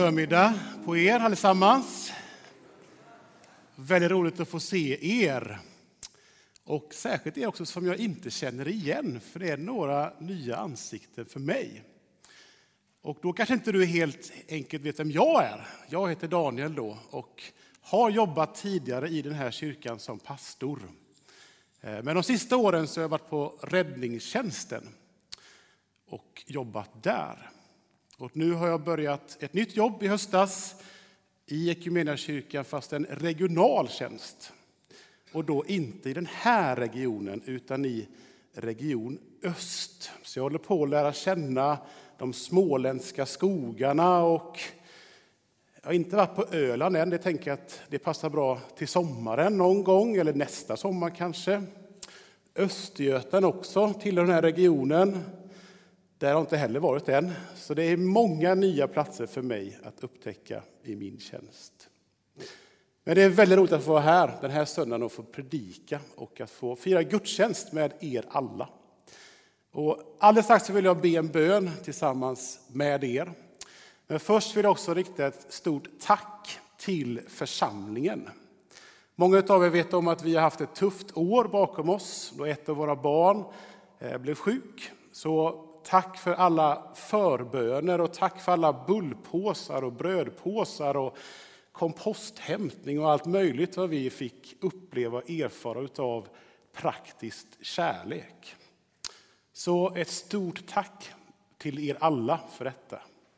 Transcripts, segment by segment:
förmiddag på er allesammans. Väldigt roligt att få se er. Och särskilt er också som jag inte känner igen, för det är några nya ansikten för mig. Och då kanske inte du helt enkelt vet vem jag är. Jag heter Daniel då och har jobbat tidigare i den här kyrkan som pastor. Men de sista åren så har jag varit på räddningstjänsten och jobbat där. Och nu har jag börjat ett nytt jobb i höstas i Equmeniakyrkan, fast en regional tjänst. Och då inte i den här regionen utan i region öst. Så jag håller på att lära känna de småländska skogarna och jag har inte varit på Öland än. Det tänker jag att det passar bra till sommaren någon gång eller nästa sommar kanske. Östergötland också till den här regionen. Där har jag inte heller varit än. Så det är många nya platser för mig att upptäcka i min tjänst. Men det är väldigt roligt att få vara här den här söndagen och få predika och att få fira gudstjänst med er alla. Och alldeles strax så vill jag be en bön tillsammans med er. Men först vill jag också rikta ett stort tack till församlingen. Många av er vet om att vi har haft ett tufft år bakom oss då ett av våra barn blev sjuk. Så tack för alla förböner och tack för alla bullpåsar och brödpåsar och komposthämtning och allt möjligt vad vi fick uppleva och erfara av praktiskt kärlek. Så ett stort tack till er alla för detta.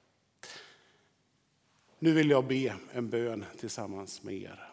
Nu vill jag be en bön tillsammans med er.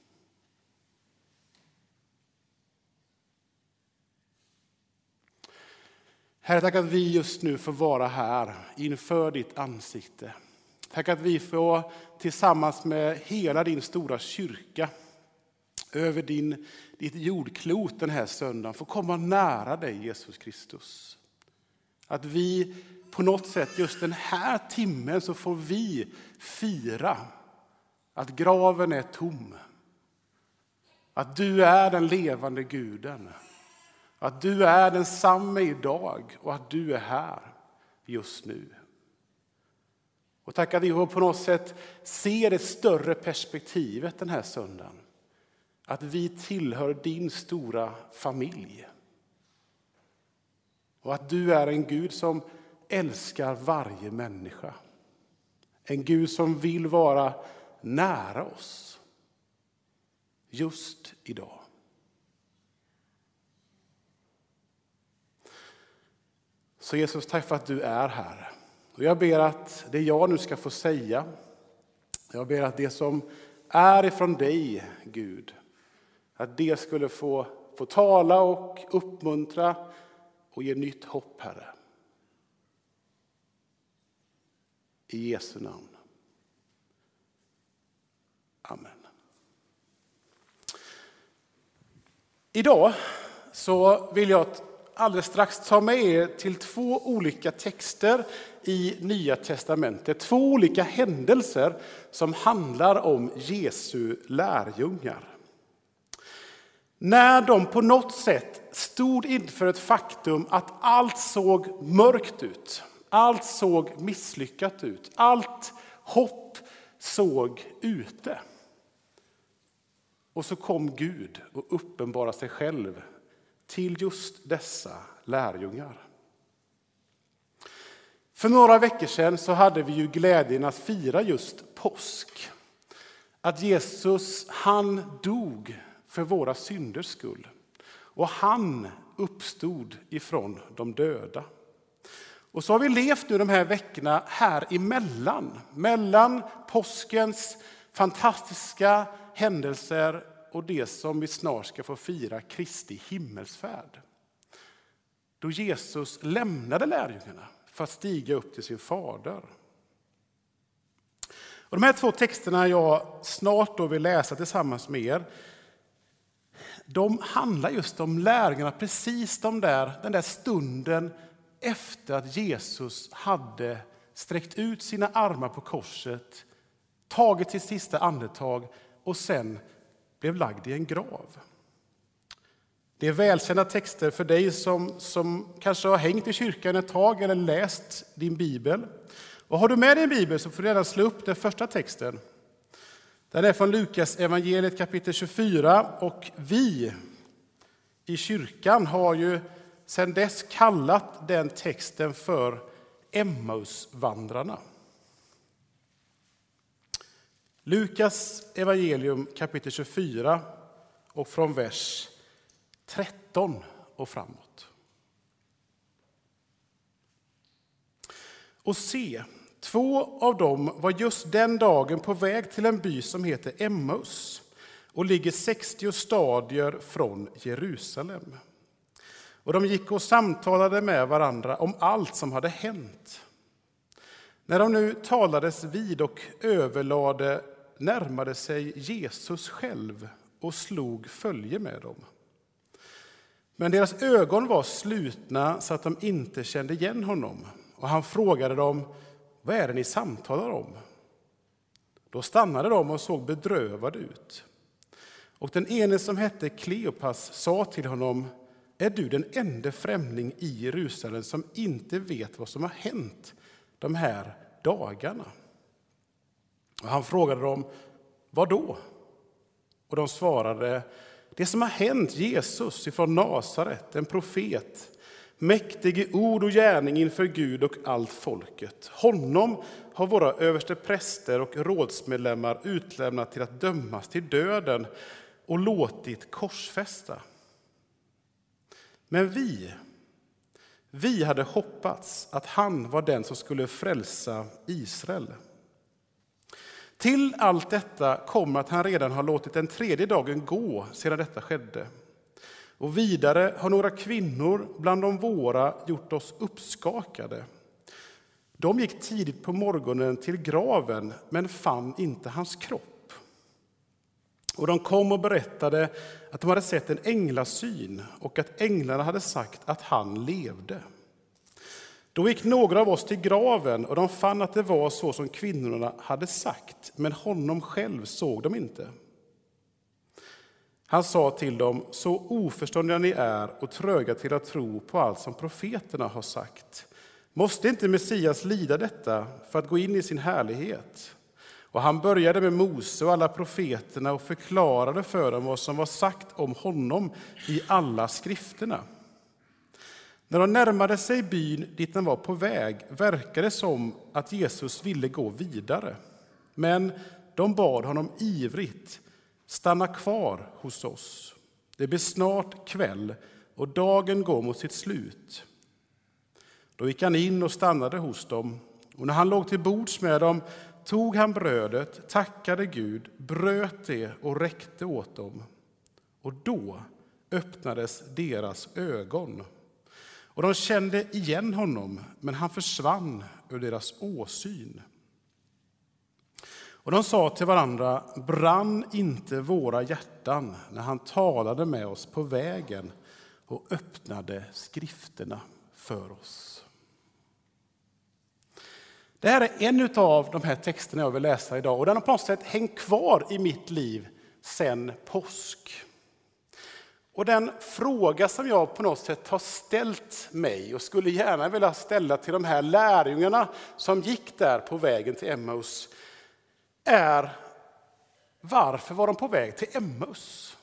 Herre, tack att vi just nu får vara här inför ditt ansikte. Tack att vi får tillsammans med hela din stora kyrka över ditt jordklot den här söndagen få komma nära dig, Jesus Kristus. Att vi på något sätt just den här timmen så får vi fira att graven är tom. Att du är den levande Guden. Att du är densamme idag och att du är här just nu. Och tack att vi på något sätt ser det större perspektivet den här söndagen. Att vi tillhör din stora familj. Och att du är en Gud som älskar varje människa. En Gud som vill vara nära oss. Just idag. Så Jesus, tack för att du är här. Och jag ber att det jag nu ska få säga, jag ber att det som är ifrån dig, Gud, att det skulle få tala och uppmuntra och ge nytt hopp, Herre. I Jesu namn. Amen. Idag så vill jag alldeles strax ta med er till 2 olika texter i Nya testamentet. 2 olika händelser som handlar om Jesu lärjungar. När de på något sätt stod inför ett faktum att allt såg mörkt ut. Allt såg misslyckat ut. Allt hopp såg ute. Och så kom Gud och uppenbarade sig själv till just dessa lärjungar. För några veckor sedan så hade vi ju glädjen att fira just påsk. Att Jesus, han dog för våra synders skull. Och han uppstod ifrån de döda. Och så har vi levt nu de här veckorna här emellan. Mellan påskens fantastiska händelser och det som vi snart ska få fira, Kristi himmelsfärd. Då Jesus lämnade lärjungarna för att stiga upp till sin fader. Och de här 2 texterna jag snart då vill läsa tillsammans med er, de handlar just om lärjungarna precis den där stunden efter att Jesus hade sträckt ut sina armar på korset, tagit sitt sista andetag och sen blev lagd i en grav. Det är välkända texter för dig som kanske har hängt i kyrkan ett tag eller läst din bibel. Och har du med dig en bibel så får du gärna slå upp den första texten. Den är från Lukas evangeliet kapitel 24 och vi i kyrkan har ju sedan dess kallat den texten för Emmausvandrarna. Lukas evangelium kapitel 24 och från vers 13 och framåt. Och se, 2 av dem var just den dagen på väg till en by som heter Emmaus och ligger 60 stadier från Jerusalem. Och de gick och samtalade med varandra om allt som hade hänt. När de nu talades vid och överlade närmade sig Jesus själv och slog följe med dem. Men deras ögon var slutna så att de inte kände igen honom. Och han frågade dem, vad är det ni samtalar om? Då stannade de och såg bedrövade ut. Och den ene som hette Kleopas sa till honom, är du den enda främling i Jerusalem som inte vet vad som har hänt de här dagarna? Och han frågade dem, vad då? Och de svarade, det som har hänt Jesus ifrån Nasaret, en profet, mäktig i ord och gärning inför Gud och allt folket. Honom har våra överste präster och rådsmedlemmar utlämnat till att dömas till döden och låtit korsfästa. Men vi hade hoppats att han var den som skulle frälsa Israel. Till allt detta kommer att han redan har låtit den 3:e dagen gå sedan detta skedde. Och vidare har några kvinnor bland de våra gjort oss uppskakade. De gick tidigt på morgonen till graven men fann inte hans kropp. Och de kom och berättade att de hade sett en änglasyn och att änglarna hade sagt att han levde. Då gick några av oss till graven och de fann att det var så som kvinnorna hade sagt, men honom själv såg de inte. Han sa till dem, så oförståndiga ni är och tröga till att tro på allt som profeterna har sagt. Måste inte Messias lida detta för att gå in i sin härlighet? Och han började med Mose och alla profeterna och förklarade för dem vad som var sagt om honom i alla skrifterna. När de närmade sig byn dit de var på väg verkade det som att Jesus ville gå vidare. Men de bad honom ivrigt, stanna kvar hos oss. Det blir snart kväll och dagen går mot sitt slut. Då gick han in och stannade hos dem. Och när han låg till bords med dem tog han brödet, tackade Gud, bröt det och räckte åt dem. Och då öppnades deras ögon. Och de kände igen honom, men han försvann ur deras åsyn. Och de sa till varandra, brann inte våra hjärtan när han talade med oss på vägen och öppnade skrifterna för oss. Det här är en av de här texterna jag vill läsa idag och den har på något sätt hängt kvar i mitt liv sedan påsk. Och den fråga som jag på något sätt har ställt mig och skulle gärna vilja ställa till de här lärjungarna som gick där på vägen till Emmaus är, varför var de på väg till Emmaus?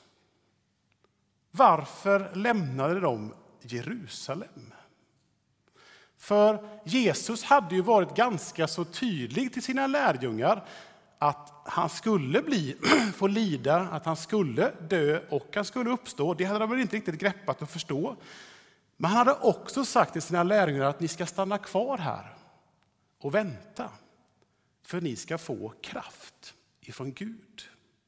Varför lämnade de Jerusalem? För Jesus hade ju varit ganska så tydlig till sina lärjungar att han skulle få lida, att han skulle dö och han skulle uppstå. Det hade de väl inte riktigt greppat och förstå. Men han hade också sagt till sina lärjungar att ni ska stanna kvar här och vänta. För ni ska få kraft ifrån Gud.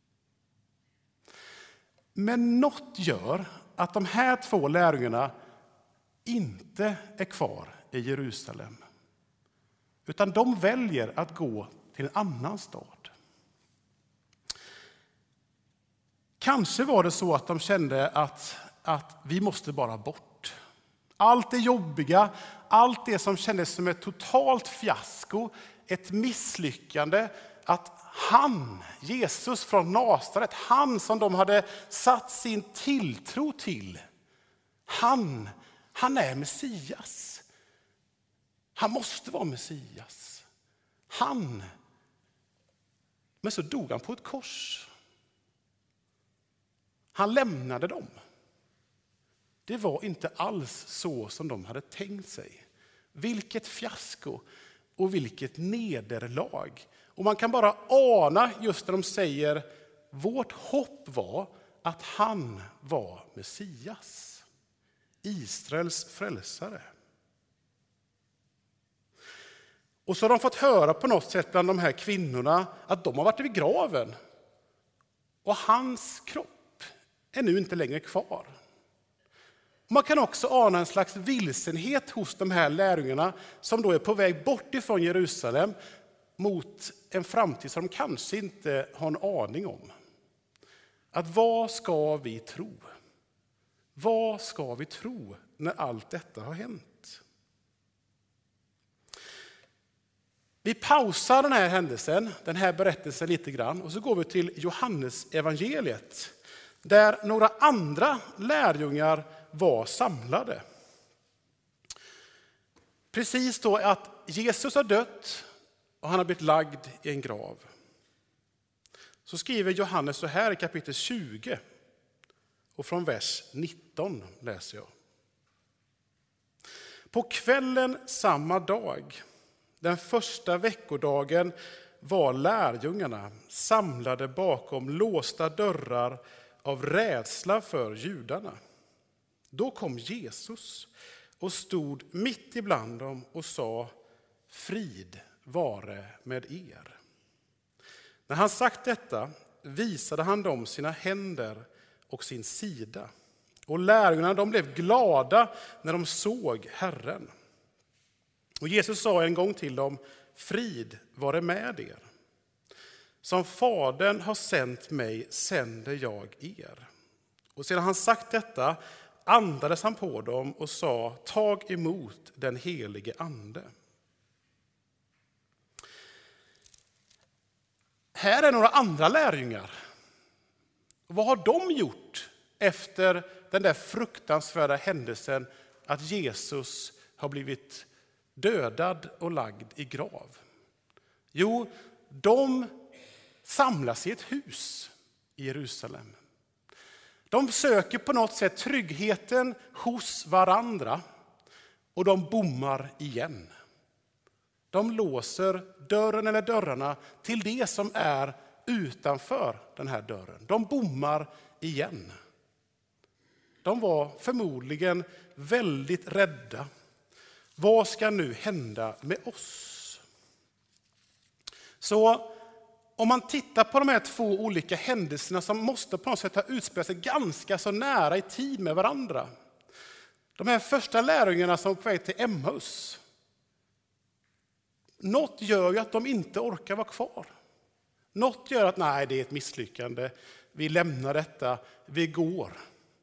Men något gör att de här 2 lärjungarna inte är kvar i Jerusalem. Utan de väljer att gå till en annan stad. Kanske var det så att de kände att vi måste bara bort. Allt det jobbiga, allt det som kändes som ett totalt fiasko, ett misslyckande, att han, Jesus från Nasaret, han som de hade satt sin tilltro till, han är Messias. Han måste vara Messias. Men så dog han på ett kors. Han lämnade dem. Det var inte alls så som de hade tänkt sig. Vilket fiasko och vilket nederlag. Och man kan bara ana just när de säger vårt hopp var att han var Messias. Israels frälsare. Och så har de fått höra på något sätt bland de här kvinnorna att de har varit vid graven. Och hans kropp är nu inte längre kvar. Man kan också ana en slags vilsenhet hos de här lärjungarna som då är på väg bort ifrån Jerusalem mot en framtid som de kanske inte har en aning om. Att vad ska vi tro? Vad ska vi tro när allt detta har hänt? Vi pausar den här händelsen, den här berättelsen lite grann och så går vi till Johannes evangeliet där några andra lärjungar var samlade. Precis då att Jesus har dött och han har blivit lagd i en grav. Så skriver Johannes så här i kapitel 20 och från vers 19 läser jag. På kvällen samma dag, den första veckodagen, var lärjungarna samlade bakom låsta dörrar av rädsla för judarna. Då kom Jesus och stod mitt ibland dem och sa: frid vare med er. När han sagt detta visade han dem sina händer och sin sida. Och lärjungarna de blev glada när de såg Herren. Och Jesus sa en gång till dem: frid vare med er. Som Fadern har sänt mig sänder jag er. Och sedan han sagt detta andades han på dem och sa: tag emot den helige ande. Här är några andra lärjungar. Vad har de gjort efter den där fruktansvärda händelsen att Jesus har blivit dödad och lagd i grav? Jo, de samlas i ett hus i Jerusalem. De söker på något sätt tryggheten hos varandra och de bommar igen. De låser dörren eller dörrarna till det som är utanför den här dörren. De bommar igen. De var förmodligen väldigt rädda. Vad ska nu hända med oss? Så om man tittar på de här två olika händelserna som måste på något sätt ha utspelat sig ganska så nära i tid med varandra. De här första lärjungarna som var på väg till Emmaus. Något gör ju att de inte orkar vara kvar. Något gör att nej, det är ett misslyckande. Vi lämnar detta, vi går.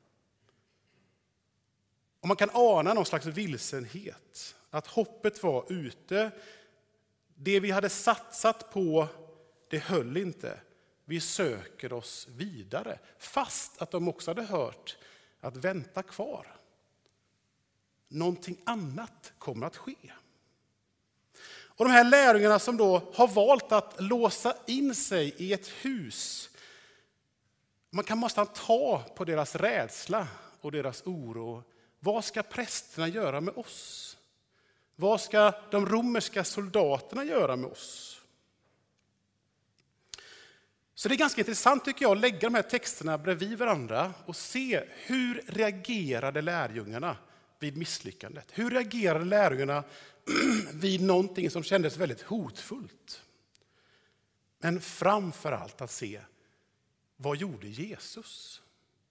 Och man kan ana någon slags vilsenhet. Att hoppet var ute. Det vi hade satsat på, det höll inte. Vi söker oss vidare. Fast att de också hade hört att vänta kvar. Någonting annat kommer att ske. Och de här lärjungarna som då har valt att låsa in sig i ett hus. Man måste ta på deras rädsla och deras oro. Vad ska prästerna göra med oss? Vad ska de romerska soldaterna göra med oss? Så det är ganska intressant tycker jag att lägga de här texterna bredvid varandra och se hur reagerade lärjungarna vid misslyckandet. Hur reagerade lärjungarna vid någonting som kändes väldigt hotfullt? Men framför allt att se, vad gjorde Jesus?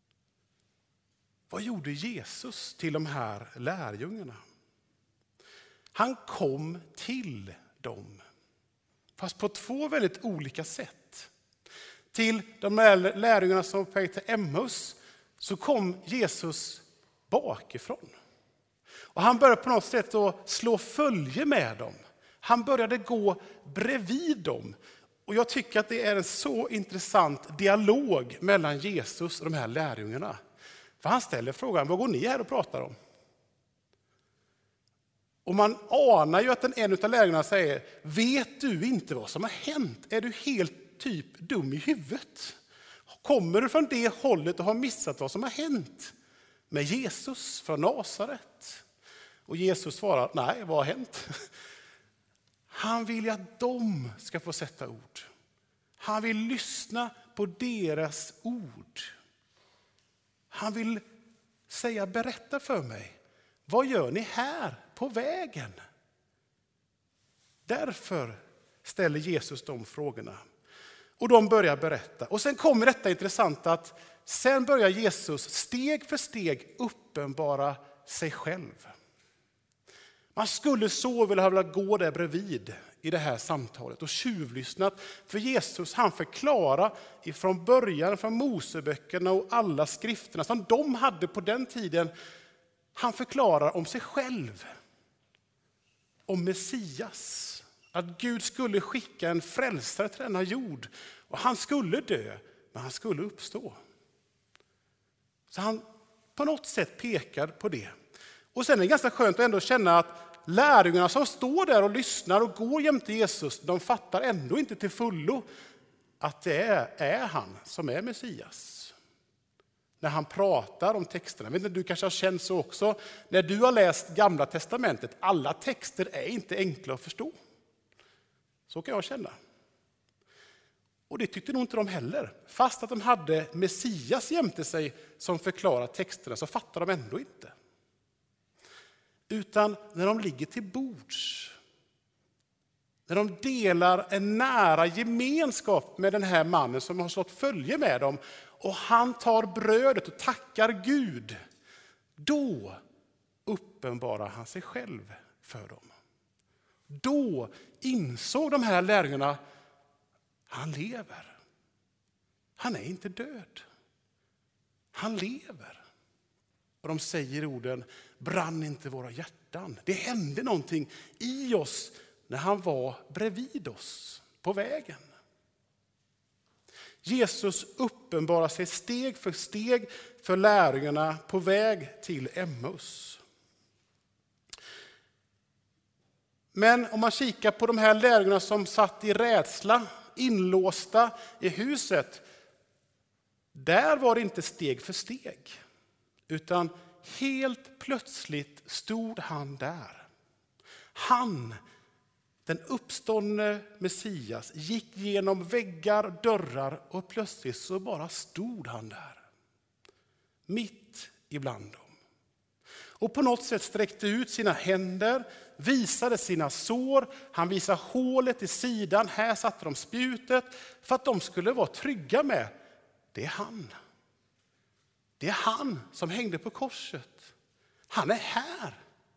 Vad gjorde Jesus till de här lärjungarna? Han kom till dem, fast på två väldigt olika sätt. Till de här lärjungarna som var på väg till Emmaus så kom Jesus bakifrån. Och han började på något sätt att slå följe med dem. Han började gå bredvid dem. Och jag tycker att det är en så intressant dialog mellan Jesus och de här lärjungarna. För han ställer frågan, vad går ni här och pratar om? Och man anar ju att en av lärjungarna säger, vet du inte vad som har hänt? Är du helt typ dum i huvudet? Kommer du från det hållet och har missat vad som har hänt med Jesus från Nasaret? Och Jesus svarar, nej, vad har hänt? Han vill att de ska få sätta ord. Han vill lyssna på deras ord. Han vill säga, berätta för mig. Vad gör ni här på vägen? Därför ställer Jesus de frågorna. Och de börjar berätta. Och sen kommer detta intressanta att sen börjar Jesus steg för steg uppenbara sig själv. Man skulle så vilja gå där bredvid i det här samtalet och tjuvlyssnat. För Jesus, han förklarar ifrån början, från Moseböckerna och alla skrifterna som de hade på den tiden. Han förklarar om sig själv, om Messias. Att Gud skulle skicka en frälsare till denna jord. Och han skulle dö, men han skulle uppstå. Så han på något sätt pekar på det. Och sen är det ganska skönt att ändå känna att lärjungarna som står där och lyssnar och går jämte Jesus, de fattar ändå inte till fullo att det är han som är Messias. När han pratar om texterna. Men du kanske har känt så också. När du har läst Gamla testamentet, alla texter är inte enkla att förstå. Så kan jag känna. Och det tyckte nog inte de heller. Fast att de hade Messias jämte sig som förklarar texterna så fattar de ändå inte. Utan när de ligger till bords, när de delar en nära gemenskap med den här mannen som har slått följe med dem och han tar brödet och tackar Gud, då uppenbarar han sig själv för dem. Då insåg de här lärjungarna, han lever. Han är inte död. Han lever. Och de säger orden, brann inte våra hjärtan. Det hände någonting i oss när han var bredvid oss på vägen. Jesus uppenbarar sig steg för steg för lärjungarna på väg till Emmaus. Men om man kikar på de här lärjungarna som satt i rädsla, inlåsta i huset, där var det inte steg för steg. Utan helt plötsligt stod han där. Han, den uppståndne Messias, gick genom väggar, dörrar och plötsligt så bara stod han där. Mitt ibland dem. Och på något sätt sträckte ut sina händer, visade sina sår. Han visade hålet i sidan. Här satte de spjutet för att de skulle vara trygga med, det är han. Det är han som hängde på korset. Han är här.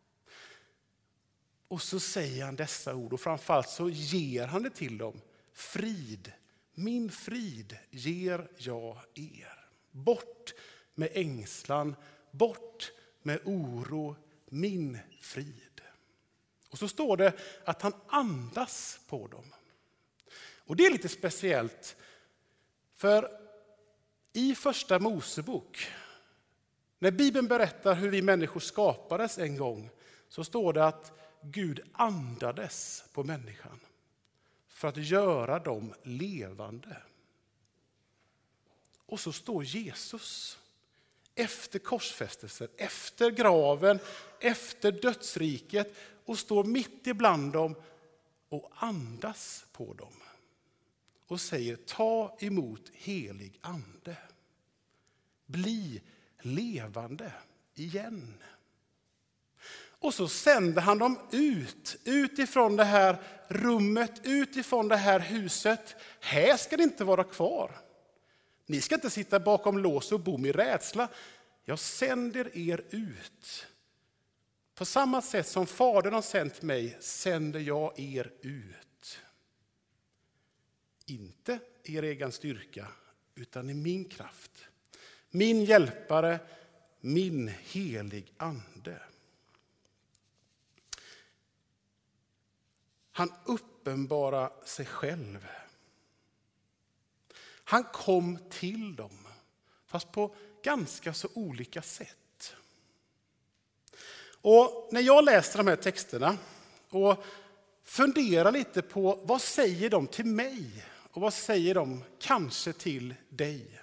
Och så säger han dessa ord och framförallt så ger han det till dem. Frid, min frid ger jag er. Bort med ängslan, bort med oro, min frid. Och så står det att han andas på dem. Och det är lite speciellt. För i första Mosebok, när Bibeln berättar hur vi människor skapades en gång, så står det att Gud andades på människan för att göra dem levande. Och så står Jesus efter korsfästelsen, efter graven, efter dödsriket och står mitt ibland dem och andas på dem. Och säger, ta emot helig ande. Bli levande igen. Och så sänder han dem utifrån det här rummet, utifrån det här huset. Här ska det inte vara kvar. Ni ska inte sitta bakom lås och bom i rädsla. Jag sänder er ut. På samma sätt som Fadern har sänt mig sänder jag er ut. Inte i er egen styrka, utan i min kraft. Min hjälpare, min helig ande. Han uppenbarar sig själv. Han kom till dem, fast på ganska så olika sätt. Och när jag läser de här texterna och funderar lite på vad säger de till mig och vad säger de kanske till dig?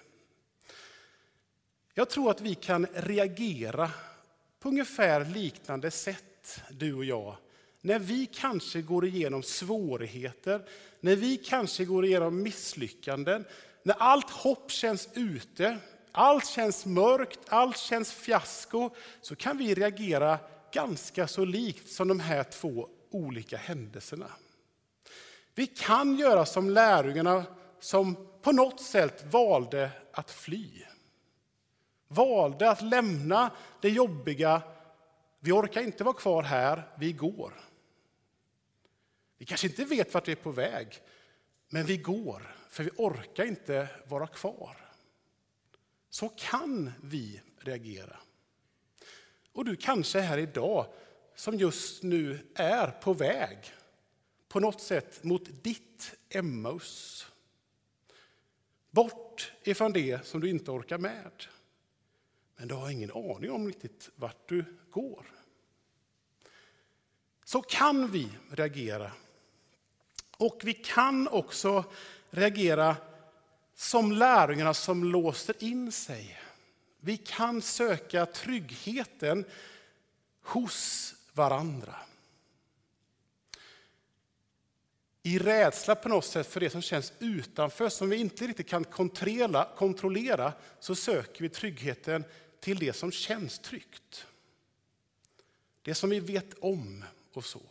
Jag tror att vi kan reagera på ungefär liknande sätt, du och jag, när vi kanske går igenom svårigheter, när vi kanske går igenom misslyckanden, när allt hopp känns ute, allt känns mörkt, allt känns fiasko, så kan vi reagera ganska så likt som de här två olika händelserna. Vi kan göra som lärjungarna som på något sätt valde att fly. Valde att lämna det jobbiga. Vi orkar inte vara kvar här, vi går. Vi kanske inte vet vart vi är på väg, men vi går, för vi orkar inte vara kvar. Så kan vi reagera. Och du kanske är här idag som just nu är på väg på något sätt mot ditt Emmaus. Bort ifrån det som du inte orkar med. Men du har ingen aning om riktigt vart du går. Så kan vi reagera. Och vi kan också reagera som lärjungarna som låser in sig. Vi kan söka tryggheten hos varandra. I rädsla på något sätt för det som känns utanför, som vi inte riktigt kan kontrollera, så söker vi tryggheten till det som känns tryggt. Det som vi vet om och så.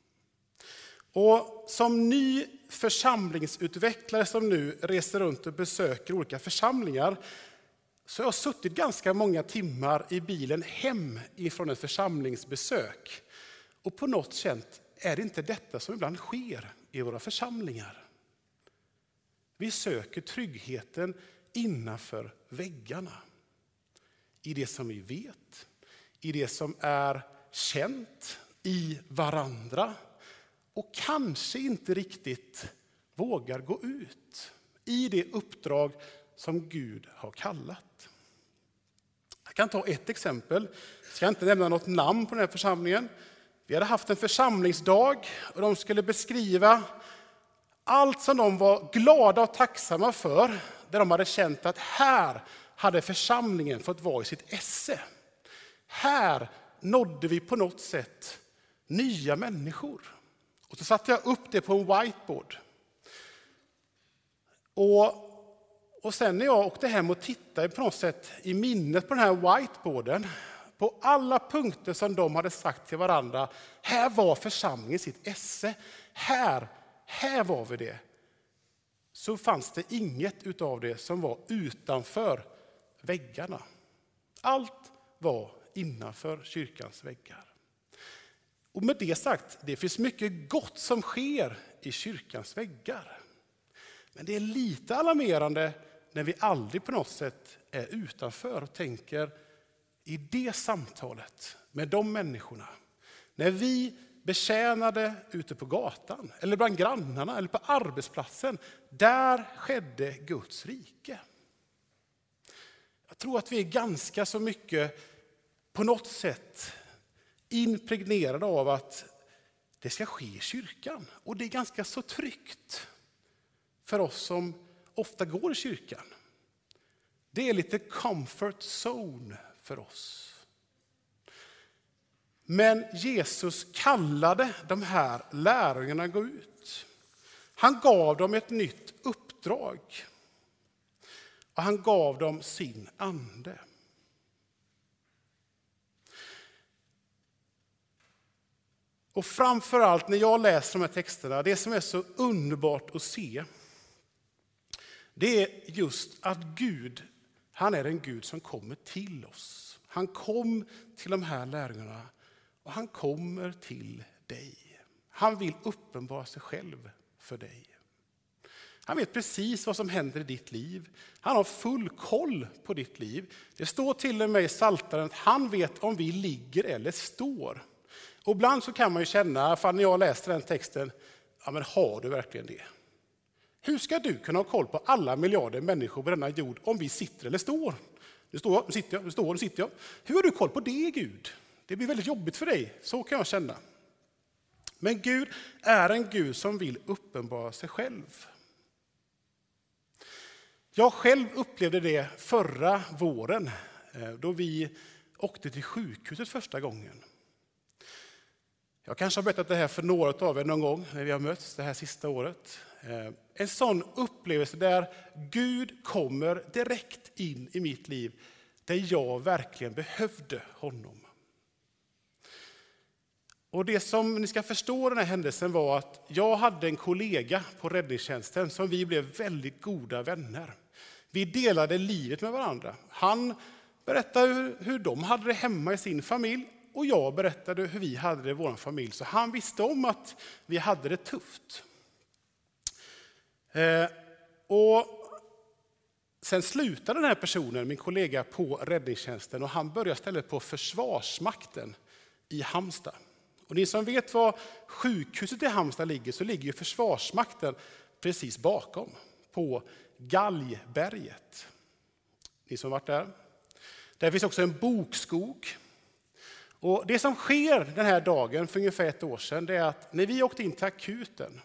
Och som ny församlingsutvecklare som nu reser runt och besöker olika församlingar, så jag har suttit ganska många timmar i bilen hem ifrån ett församlingsbesök. Och på något sätt är det inte detta som ibland sker i våra församlingar. Vi söker tryggheten innanför väggarna. I det som vi vet, i det som är känt, i varandra. Och kanske inte riktigt vågar gå ut i det uppdrag som Gud har kallat. Jag kan ta ett exempel. Jag ska inte nämna något namn på den här församlingen. Vi hade haft en församlingsdag och de skulle beskriva allt som de var glada och tacksamma för. Där de hade känt att här hade församlingen fått vara i sitt esse. Här nådde vi på något sätt nya människor. Och så satte jag upp det på en whiteboard. Och sen när jag åkte hem och tittade på något sätt i minnet på den här whiteboarden, på alla punkter som de hade sagt till varandra, här var församlingen sitt esse, här var vi det. Så fanns det inget utav det som var utanför väggarna. Allt var innanför kyrkans väggar. Och med det sagt, det finns mycket gott som sker i kyrkans väggar. Men det är lite alarmerande när vi aldrig på något sätt är utanför och tänker i det samtalet med de människorna. När vi betjänade ute på gatan eller bland grannarna eller på arbetsplatsen, där skedde Guds rike. Jag tror att vi är ganska så mycket på något sätt impregnerade av att det ska ske i kyrkan. Och det är ganska så tryggt för oss som ofta går i kyrkan. Det är lite comfort zone för oss. Men Jesus kallade de här lärjungarna att gå ut. Han gav dem ett nytt uppdrag. Och han gav dem sin ande. Och framförallt när jag läser de här texterna, det som är så underbart att se, det är just att Gud, han är en Gud som kommer till oss. Han kom till de här lärjungarna och han kommer till dig. Han vill uppenbara sig själv för dig. Han vet precis vad som händer i ditt liv. Han har full koll på ditt liv. Det står till och med i Psaltaren att han vet om vi ligger eller står. Och ibland så kan man ju känna, för när jag läste den texten, ja men har du verkligen det? Hur ska du kunna ha koll på alla miljarder människor på denna jord om vi sitter eller står? Nu sitter jag. Hur har du koll på det, Gud? Det blir väldigt jobbigt för dig, så kan jag känna. Men Gud är en Gud som vill uppenbara sig själv. Jag själv upplevde det förra våren då vi åkte till sjukhuset första gången. Jag kanske har berättat det här för några av er någon gång när vi har mötts det här sista året. En sån upplevelse där Gud kommer direkt in i mitt liv, där jag verkligen behövde honom. Och det som ni ska förstå den här händelsen var att jag hade en kollega på räddningstjänsten som vi blev väldigt goda vänner. Vi delade livet med varandra. Han berättade hur de hade det hemma i sin familj och jag berättade hur vi hade det i vår familj. Så han visste om att vi hade det tufft. Och sen slutade den här personen, min kollega, på räddningstjänsten och han började istället på Försvarsmakten i Halmstad. Och ni som vet var sjukhuset i Halmstad ligger, så ligger ju Försvarsmakten precis bakom, på Galgberget. Ni som varit där. Där finns också en bokskog. Och det som sker den här dagen för ungefär 1 år sedan, det är att när vi åkte in till akuten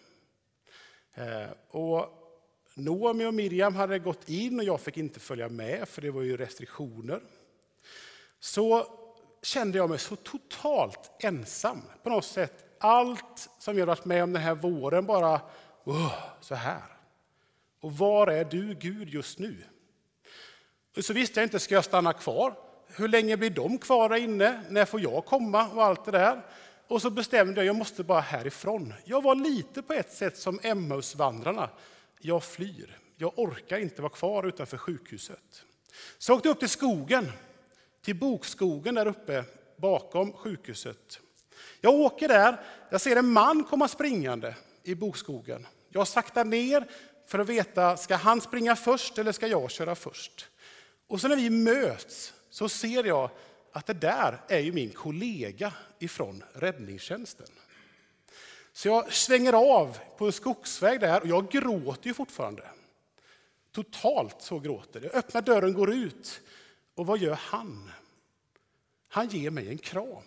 och Noomi och Miriam hade gått in och jag fick inte följa med för det var ju restriktioner, så kände jag mig så totalt ensam. På något sätt, allt som jag varit med om den här våren bara så här. Och var är du, Gud, just nu? Och så visste jag inte, ska jag stanna kvar? Hur länge blir de kvar där inne? När får jag komma? Och allt det där. Och så bestämde jag måste bara härifrån. Jag var lite på ett sätt som Emmausvandrarna. Jag flyr. Jag orkar inte vara kvar utanför sjukhuset. Så jag åkte upp till skogen. Till bokskogen där uppe bakom sjukhuset. Jag åker där. Jag ser en man komma springande i bokskogen. Jag saktar ner för att veta, ska han springa först eller ska jag köra först? Och så när vi möts så ser jag att det där är ju min kollega ifrån räddningstjänsten. Så jag svänger av på en skogsväg där och jag gråter ju fortfarande. Totalt så gråter. Jag öppnar dörren, går ut. Och vad gör han? Han ger mig en kram.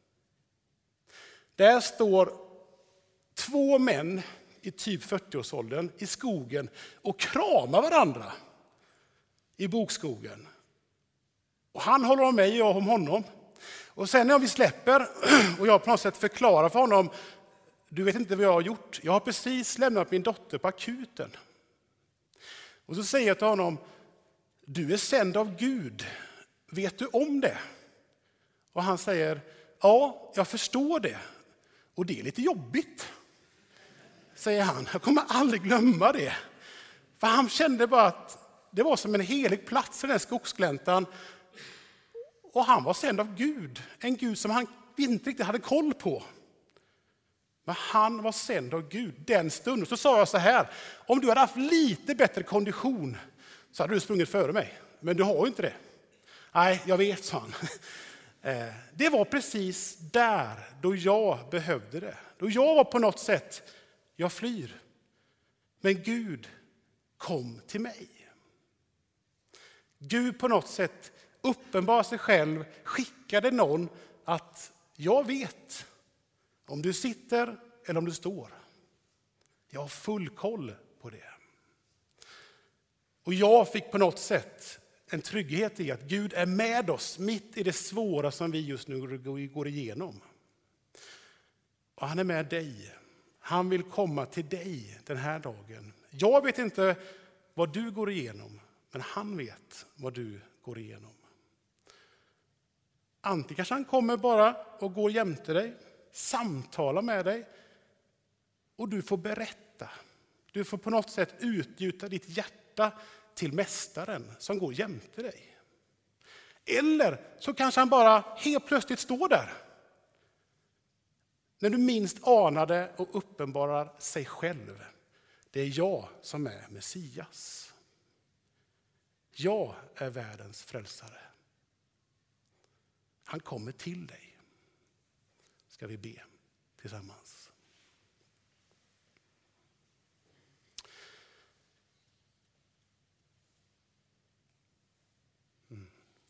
Där står 2 män i typ 40-årsåldern i skogen och kramar varandra i bokskogen. Och han håller om mig och jag om honom. Och sen när vi släpper och jag på något sätt förklarar för honom, du vet inte vad jag har gjort. Jag har precis lämnat min dotter på akuten. Och så säger jag till honom, du är sänd av Gud. Vet du om det? Och han säger, ja, jag förstår det. Och det är lite jobbigt, säger han. Jag kommer aldrig glömma det. För han kände bara att det var som en helig plats i den skogsgläntan. Och han var sänd av Gud. En Gud som han inte riktigt hade koll på. Men han var sänd av Gud den stunden. Så sa jag så här, om du hade haft lite bättre kondition så hade du sprungit före mig. Men du har ju inte det. Nej, jag vet, sa han. Det var precis där då jag behövde det. Då jag var på något sätt, jag flyr. Men Gud kom till mig. Gud på något sätt uppenbar sig själv, skickade någon att jag vet om du sitter eller om du står. Jag har full koll på det. Och jag fick på något sätt en trygghet i att Gud är med oss mitt i det svåra som vi just nu går igenom. Och han är med dig. Han vill komma till dig den här dagen. Jag vet inte vad du går igenom, men han vet vad du går igenom. Antingen kanske han kommer bara och går jämte dig, samtala med dig och du får berätta. Du får på något sätt utgjuta ditt hjärta till mästaren som går jämte dig. Eller så kanske han bara helt plötsligt står där. När du minst anade och uppenbarar sig själv. Det är jag som är Messias. Jag är världens frälsare. Han kommer till dig. Ska vi be tillsammans.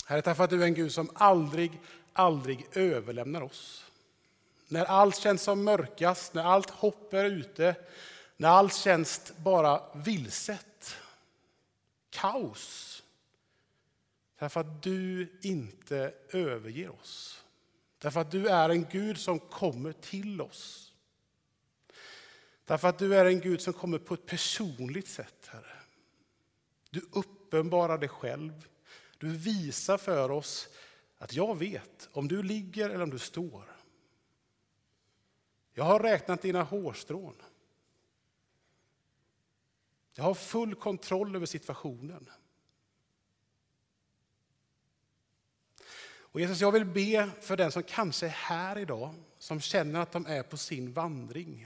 Herre, tack för att du är en Gud som aldrig överlämnar oss. När allt känns som mörkast, när allt hopp är ute, när allt känns bara vilset, kaos. Därför att du inte överger oss. Därför att du är en Gud som kommer till oss. Därför att du är en Gud som kommer på ett personligt sätt, Herre. Du uppenbarar dig själv. Du visar för oss att jag vet om du ligger eller om du står. Jag har räknat dina hårstrån. Jag har full kontroll över situationen. Och Jesus, jag vill be för den som kanske är här idag, som känner att de är på sin vandring.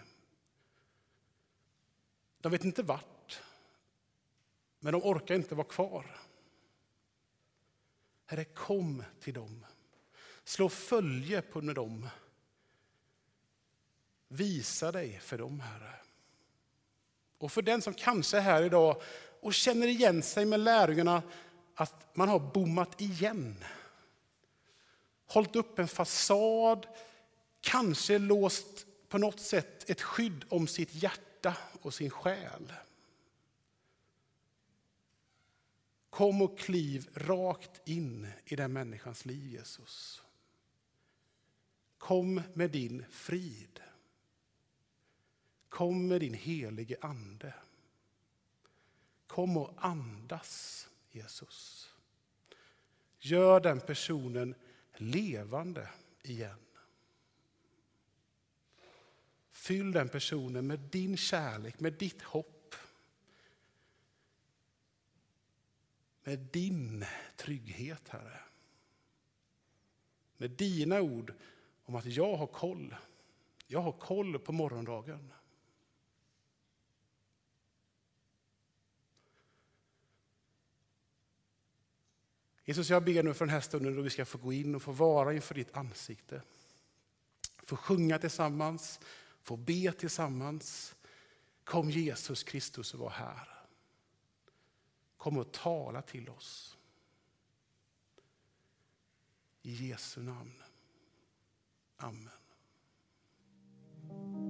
De vet inte vart, men de orkar inte vara kvar. Herre, kom till dem. Slå följe på med dem. Visa dig för dem, Herre. Och för den som kanske är här idag och känner igen sig med lärjungarna att man har bommat igen. Hållit upp en fasad, kanske låst på något sätt ett skydd om sitt hjärta och sin själ. Kom och kliv rakt in i den människans liv, Jesus. Kom med din frid. Kom med din helige ande. Kom och andas, Jesus. Gör den personen levande igen. Fyll den personen med din kärlek, med ditt hopp. Med din trygghet, Herre. Med dina ord om att jag har koll. Jag har koll på morgondagen. Jesus, jag ber nu för den här stunden då vi ska få gå in och få vara inför ditt ansikte. Få sjunga tillsammans, få be tillsammans. Kom Jesus Kristus och var här. Kom och tala till oss. I Jesu namn. Amen.